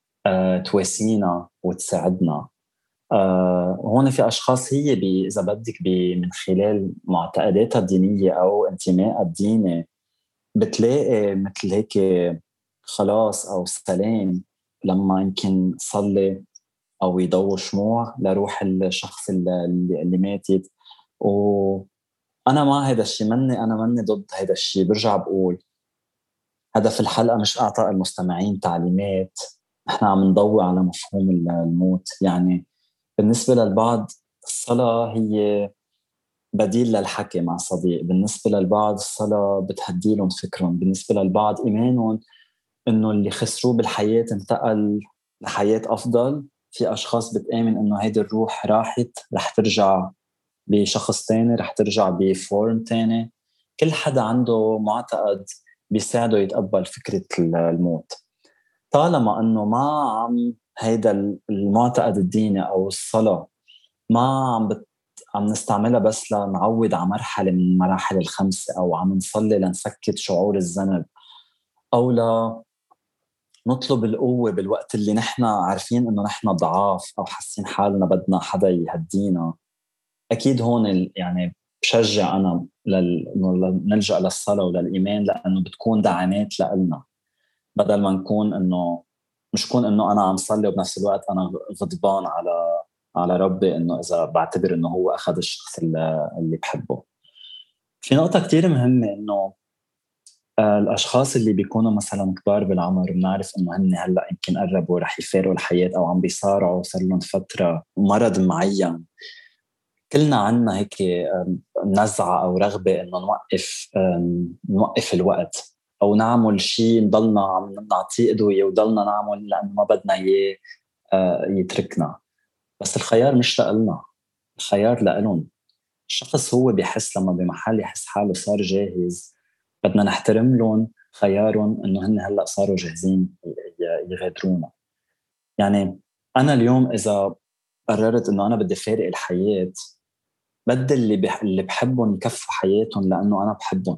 تواسينا وتساعدنا. هون في أشخاص هي إذا بدك من خلال معتقداتها الدينية أو انتمائها الديني بتلاقي مثل هيك خلاص أو سلام لما يمكن صلي أو يضوي شموع لروح الشخص اللي ماتت. وأنا مع هذا الشيء، أنا مني ضد هذا الشيء. برجع بقول هدف الحلقة مش أعطاء المستمعين تعليمات، نحن عم نضوي على مفهوم الموت. يعني بالنسبة للبعض الصلاة هي بديل للحكي مع صديق، بالنسبة للبعض الصلاة بتهدي لهم فكرهم، بالنسبة للبعض إيمانهم إنه اللي خسروه بالحياة انتقل لحياة أفضل. في أشخاص بتآمن إنه هيدي الروح راحت رح ترجع بشخص تاني، رح ترجع بفورم تاني. كل حدا عنده معتقد بيساعده يتقبل فكرة الموت. طالما إنه ما عم هيدا المعتقد الديني أو الصلاة ما عم نستعملها بس لنعوض على مرحلة من مراحل الخمسة، أو عم نصلي لنسكت شعور الذنب، أو نطلب القوة بالوقت اللي نحن عارفين إنه نحن ضعاف أو حاسين حالنا بدنا حدا يهدينا. أكيد هون يعني بشجع أنا إنه نلجأ للصلاة وللإيمان، لأنه بتكون دعامات لإلنا، بدل ما نكون إنه مش كون إنه أنا عم صلي وبنفس الوقت أنا غضبان على ربي إنه إذا بعتبر إنه هو أخذ الشخص اللي بحبه. في نقطة كتير مهمة إنه الأشخاص اللي بيكونوا مثلا كبار بالعمر بنعرف إنه هن هلأ يمكن قربوا رح يفارقوا الحياة أو عم بيصارعوا صار لهم فترة مرض معين. كلنا عنا هيك نزعة أو رغبة إنه نوقف الوقت أو نعمل شيء نضلنا عم نعطيه أدوية وضلنا نعمل لأنه ما بدنا إياه يتركنا. بس الخيار مش لإلنا، الخيار لإلهم. الشخص هو بيحس لما بمحل يحس حاله صار جاهز، بدنا نحترم لهم خيارهم انه هن هلا صاروا جاهزين يغادرونا. يعني انا اليوم اذا قررت انه انا بدي فارق الحياه، بدي اللي بحبهم يكفوا حياتهم لانه انا بحبهم،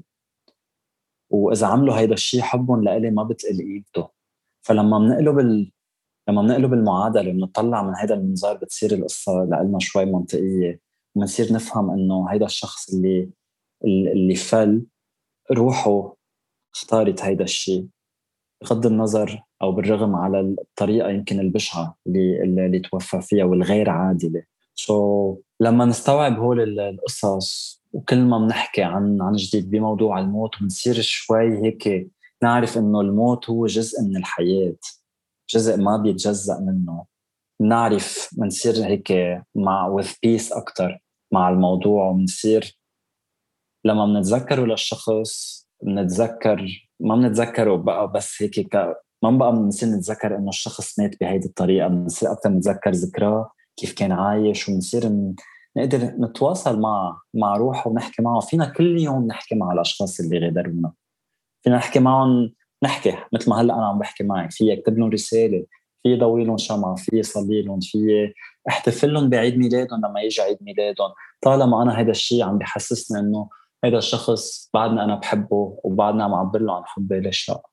واذا عملوا هيدا الشيء حبهم لإلي ما بتقل قيمته. فلما لما بنقلب المعادله وبنطلع من هيدا المنظار بتصير القصه لنا شوي منطقيه، وبنصير نفهم انه هيدا الشخص اللي فل روحه اختارت هيدا الشيء بغض النظر او بالرغم على الطريقه يمكن البشعه اللي توفى فيها والغير عادله. لما نستوعب هول القصص وكل ما بنحكي عن جديد بموضوع الموت بنصير شوي هيك نعرف انه الموت هو جزء من الحياه، جزء ما بيتجزأ منه. نعرف بنصير هيك مع with peace اكثر مع الموضوع، وبنصير لما بنتذكره للشخص بنتذكر ما بنتذكره بقى بس هيك ما بقى بنصير نتذكر انه الشخص مات بهيدي الطريقه، بنصير اكثر نتذكر ذكراه كيف كان عايش، وبنصير نقدر نتواصل مع روحه ونحكي معه. فينا كل يوم نحكي مع الاشخاص اللي غادرونا، فينا نحكي معهم، نحكي مثل ما هلا انا عم بحكي معك، في اكتب لهم رساله، في ضوي لهم شمعه، في صلي لهم، في احتفل لهم بعيد ميلادهم لما يجي عيد ميلادهم، طالما انا هذا الشيء عم بحسسني انه هذا الشخص بعدنا انا بحبه وبعدنا عم اعبر له عن حبي، ليش لا؟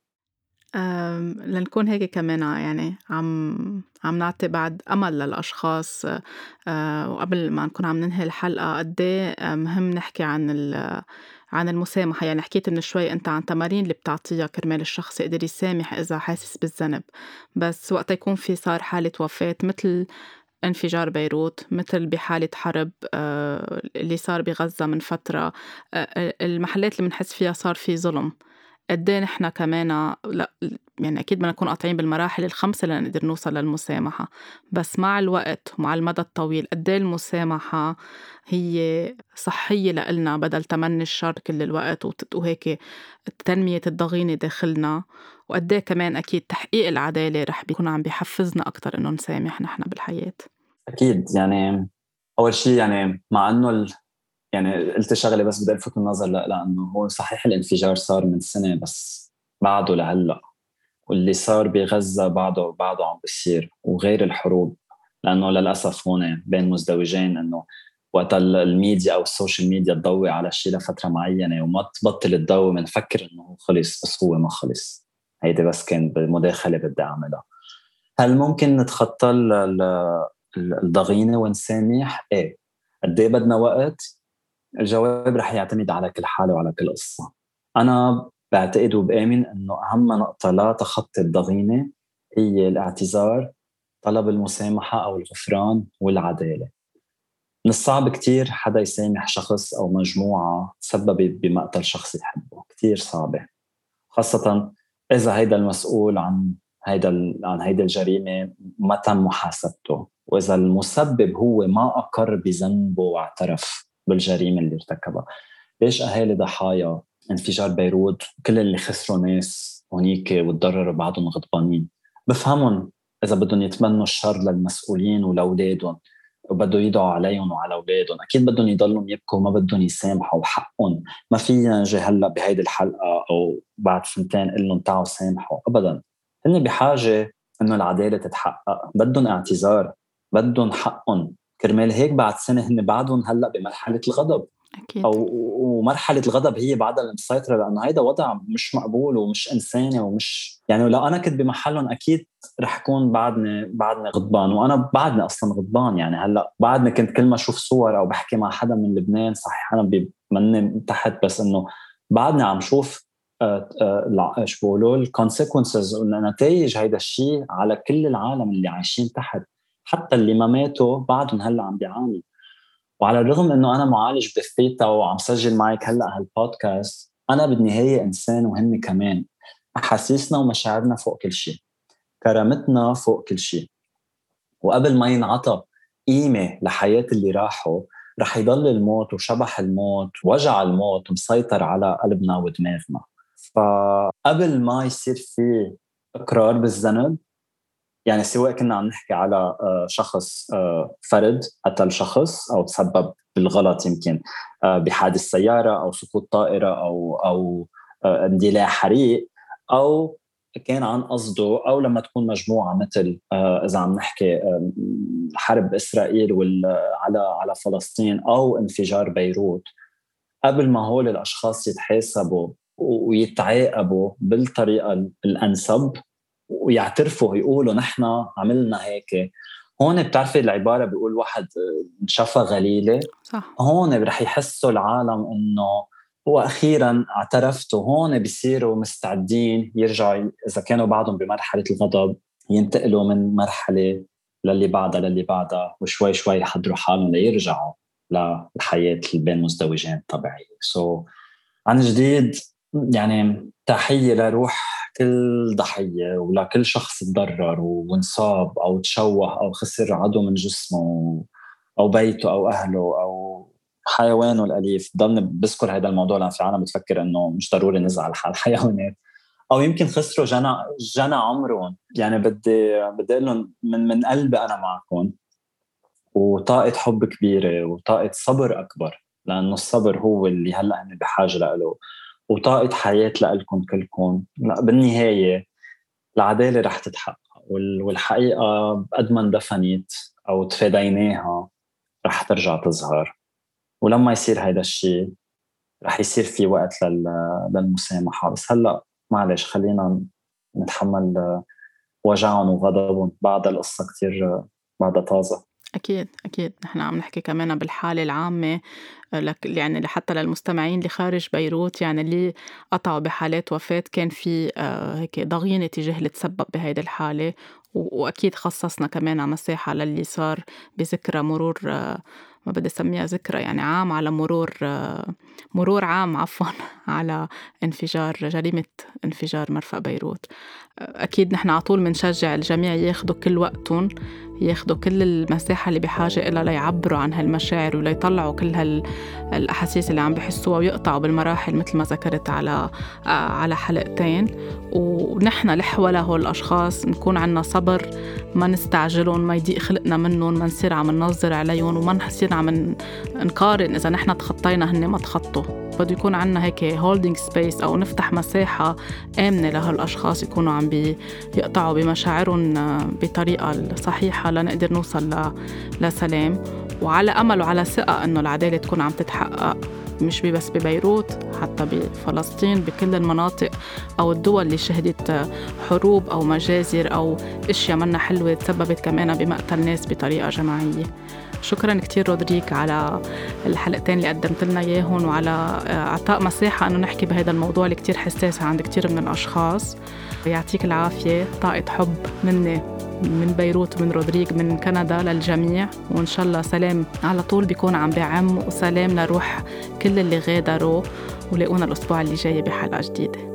لنكون هيك كمان يعني عم نعطي بعد أمل للأشخاص. وقبل ما نكون عم ننهي الحلقة قد إيه مهم نحكي عن المسامحة. يعني حكيت من شوي أنت عن تمارين اللي بتعطيها كرمال الشخص يقدر يسامح إذا حاسس بالذنب، بس وقت يكون في صار حالة وفاة مثل انفجار بيروت، مثل بحالة حرب اللي صار بغزة من فترة، المحلات اللي بنحس فيها صار في ظلم، قد إيه نحن كمان لا يعني أكيد بدنا نكون قاطعين بالمراحل الخمسة لنقدر نوصل للمسامحة. بس مع الوقت ومع المدى الطويل قد إيه المسامحة هي صحية لإلنا بدل تمني الشر كل الوقت وهيك تنمية الضغينة داخلنا. وقد إيه كمان أكيد تحقيق العدالة رح بيكون عم بيحفزنا أكتر إنه نسامح نحن بالحياة. اكيد. يعني اول شيء يعني مع انه يعني قلت شغله بس بدي الفت النظر لانه هو صحيح الانفجار صار من سنه بس بعده لهلا، واللي صار بغزة بعده عم بيصير، وغير الحروب. لأنه للأسف هون بين مزدوجين، إنه وقت الميديا أو السوشيال ميديا تضوي على شيء لفترة معينة وما تبطل تضوي بنفكر إنه هو خلص، بس هو ما خلص. هيدي بس كان بالمداخلة بدي أعملها. هل ممكن نتخطى الضغينة ونسامح؟ إيه. قد إيه بدنا وقت؟ الجواب رح يعتمد على كل حالة وعلى كل قصة. أنا بعتقد وبآمن أنه أهم نقطة لا تخطي الضغينة هي الاعتذار، طلب المسامحة أو الغفران والعدالة. من الصعب كتير حدا يسامح شخص أو مجموعة تسببت بمقتل شخص يحبه، كتير صعبة، خاصة إذا هيدا المسؤول عن هيدا الجريمة ما تم محاسبته، وإذا المسبب هو ما أقر بذنبه واعترف بالجريمة اللي ارتكبها. ليش أهالي ضحايا انفجار بيروت كل اللي خسروا ناس هونيك وتضرروا بعضهم غضبانين؟ بفهمهم إذا بدهم يتمنوا الشر للمسؤولين ولأولادهم وبدهم يدعوا عليهم وعلى أولادهم، أكيد بدهم يضلوا يبكوا وما بدهم يسامحوا، وحقهم. ما فينا نجي هلا بهيدي الحلقة أو بعد سنتين قل لهم تعوا سامحوا، أبدا. هن بحاجة إنه العدالة تتحقق، بدهم اعتذار، بدهم حقهم. كرمال هيك بعد سنة هن بعدهم هلا بمرحلة الغضب. أكيد. ومرحلة الغضب هي بعدها المسيطرة، لأنه هيدا وضع مش مقبول ومش إنساني ومش يعني. لو أنا كنت بمحلهم أكيد رح كون بعدني غضبان، وأنا بعدني أصلا غضبان يعني. هلأ بعدني كنت كل ما أشوف صور أو بحكي مع حدا من لبنان، صحيح أنا مني تحت، بس إنه بعدني عم شوف شو بقولوا الكونسيكونسز والنتائج هيدا الشيء على كل العالم اللي عايشين تحت. حتى اللي ما ماتوا بعدهم هلا عم بيعانوا. وعلى الرغم انه انا معالج بالثيتا وعم سجل معك هلا هالبودكاست، انا بالنهايه انسان وهم كمان. احاسيسنا ومشاعرنا فوق كل شيء، كرامتنا فوق كل شيء. وقبل ما ينعطى قيمه لحياه اللي راحوا، رح يضل الموت وشبح الموت ووجع الموت مسيطر على قلبنا ودماغنا. فقبل ما يصير في اقرار بالذنب، يعني سواء كنا عم نحكي على شخص فرد قتل شخص أو تسبب بالغلط يمكن بحادث سيارة أو سقوط طائرة أو اندلاع حريق، أو كان عن قصده، أو لما تكون مجموعة مثل إذا عم نحكي حرب إسرائيل على فلسطين أو انفجار بيروت، قبل ما هول الأشخاص يتحاسبوا ويتعاقبوا بالطريقة الأنسب ويعترفوا يقولوا نحن عملنا هيك، هون بتعرفي العبارة بيقول واحد شفى غليلة. صح. هون رح يحسوا العالم انه هو اخيرا اعترفتوا. هون بيصيروا مستعدين يرجعوا، اذا كانوا بعضهم بمرحلة الغضب، ينتقلوا من مرحلة للي بعدها وشوي شوي يحضروا حالهم ليرجعوا للحياة بين مزدوجين طبيعية. عن جديد يعني تحية لروح كل ضحية ولكل شخص تضرر وانصاب أو تشوه أو خسر عضو من جسمه أو بيته أو أهله أو حيوانه الأليف. ضلني بذكر هذا الموضوع لأن في عالم بتفكر إنه مش ضروري نزعل حال الحيوانات، أو يمكن خسروا جنى عمرهم. يعني بدي أقول لهم من قلبي أنا معكم، وطاقة حب كبيرة وطاقة صبر أكبر، لأنه الصبر هو اللي هلأ هن بحاجة له، وطاقة حياة لألكم كلكم. لا بالنهاية العدالة رح تتحقق، والحقيقة قد ما اندفنت أو تفاديناها رح ترجع تظهر. ولما يصير هيدا الشيء رح يصير في وقت للمسامحة. بس هلأ معلش خلينا نتحمل وجعهم وغضبهم، بعد القصة كتير بعدها طازة. أكيد أكيد. نحن عم نحكي كمان بالحالة العامة يعني حتى للمستمعين اللي خارج بيروت، يعني اللي قطعوا بحالات وفاة كان في هيك ضغينة تجاه اللي تسبب بهيدي الحالة. وأكيد خصصنا كمان مساحة للي صار بذكرى مرور ما بدي أسميها ذكرى، يعني عام على مرور عام عفوا على جريمة انفجار مرفأ بيروت. أكيد نحن على طول منشجع الجميع ياخدوا كل وقتهم، ياخدوا كل المساحة اللي بحاجة إلها ليعبروا عن هالمشاعر وليطلعوا كل هالأحاسيس اللي عم بحسوها، ويقطعوا بالمراحل مثل ما ذكرت على حلقتين. ونحن لحوى لهول الأشخاص نكون عنا صبر، ما نستعجلون، ما يضيق خلقنا منهم، ما نصير عم ننظر عليهم، وما نصير عم نقارن إذا نحن تخطينا هن ما تخطوا. بده يكون عنا هيك holding space أو نفتح مساحة آمنة لهالأشخاص يكونوا عم يقطعوا بمشاعرهم بطريقة الصحيحة لنقدر نوصل لسلام، وعلى أمل وعلى ثقة أنه العدالة تكون عم تتحقق، مش بس ببيروت، حتى بفلسطين، بكل المناطق أو الدول اللي شهدت حروب أو مجازر أو إشياء منا حلوة تسببت كمان بمقتل ناس بطريقة جماعية. شكراً كتير رودريك على الحلقتين اللي قدمت لنا إياهم، وعلى إعطاء مساحة أنه نحكي بهذا الموضوع اللي كتير حساس عند كتير من الأشخاص. يعطيك العافية. طاقة حب مني من بيروت ومن رودريك من كندا للجميع، وإن شاء الله سلام على طول بيكون عم بعم، وسلام لروح كل اللي غادروا. ولاقونا الأسبوع اللي جاي بحلقة جديدة.